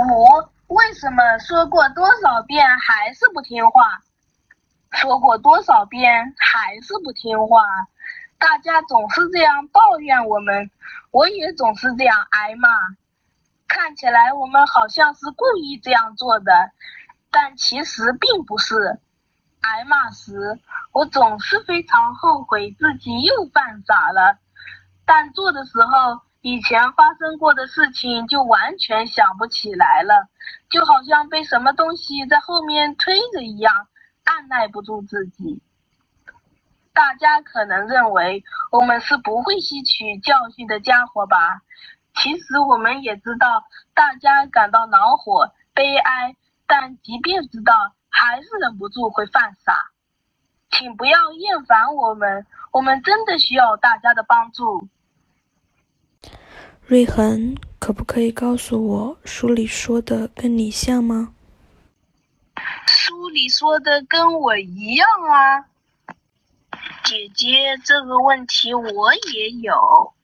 为什么说过多少遍还是不听话？说过多少遍还是不听话？大家总是这样抱怨我们，我也总是这样挨骂。看起来我们好像是故意这样做的，但其实并不是。挨骂时，我总是非常后悔自己又犯傻了，但做的时候，以前发生过的事情就完全想不起来了，就好像被什么东西在后面推着一样，按耐不住自己。大家可能认为我们是不会吸取教训的家伙吧？其实我们也知道，大家感到恼火、悲哀，但即便知道，还是忍不住会犯傻。请不要厌烦我们，我们真的需要大家的帮助。 瑞恒，可不可以告诉我，书里说的跟你像吗？ 书里说的跟我一样啊。姐姐，这个问题我也有。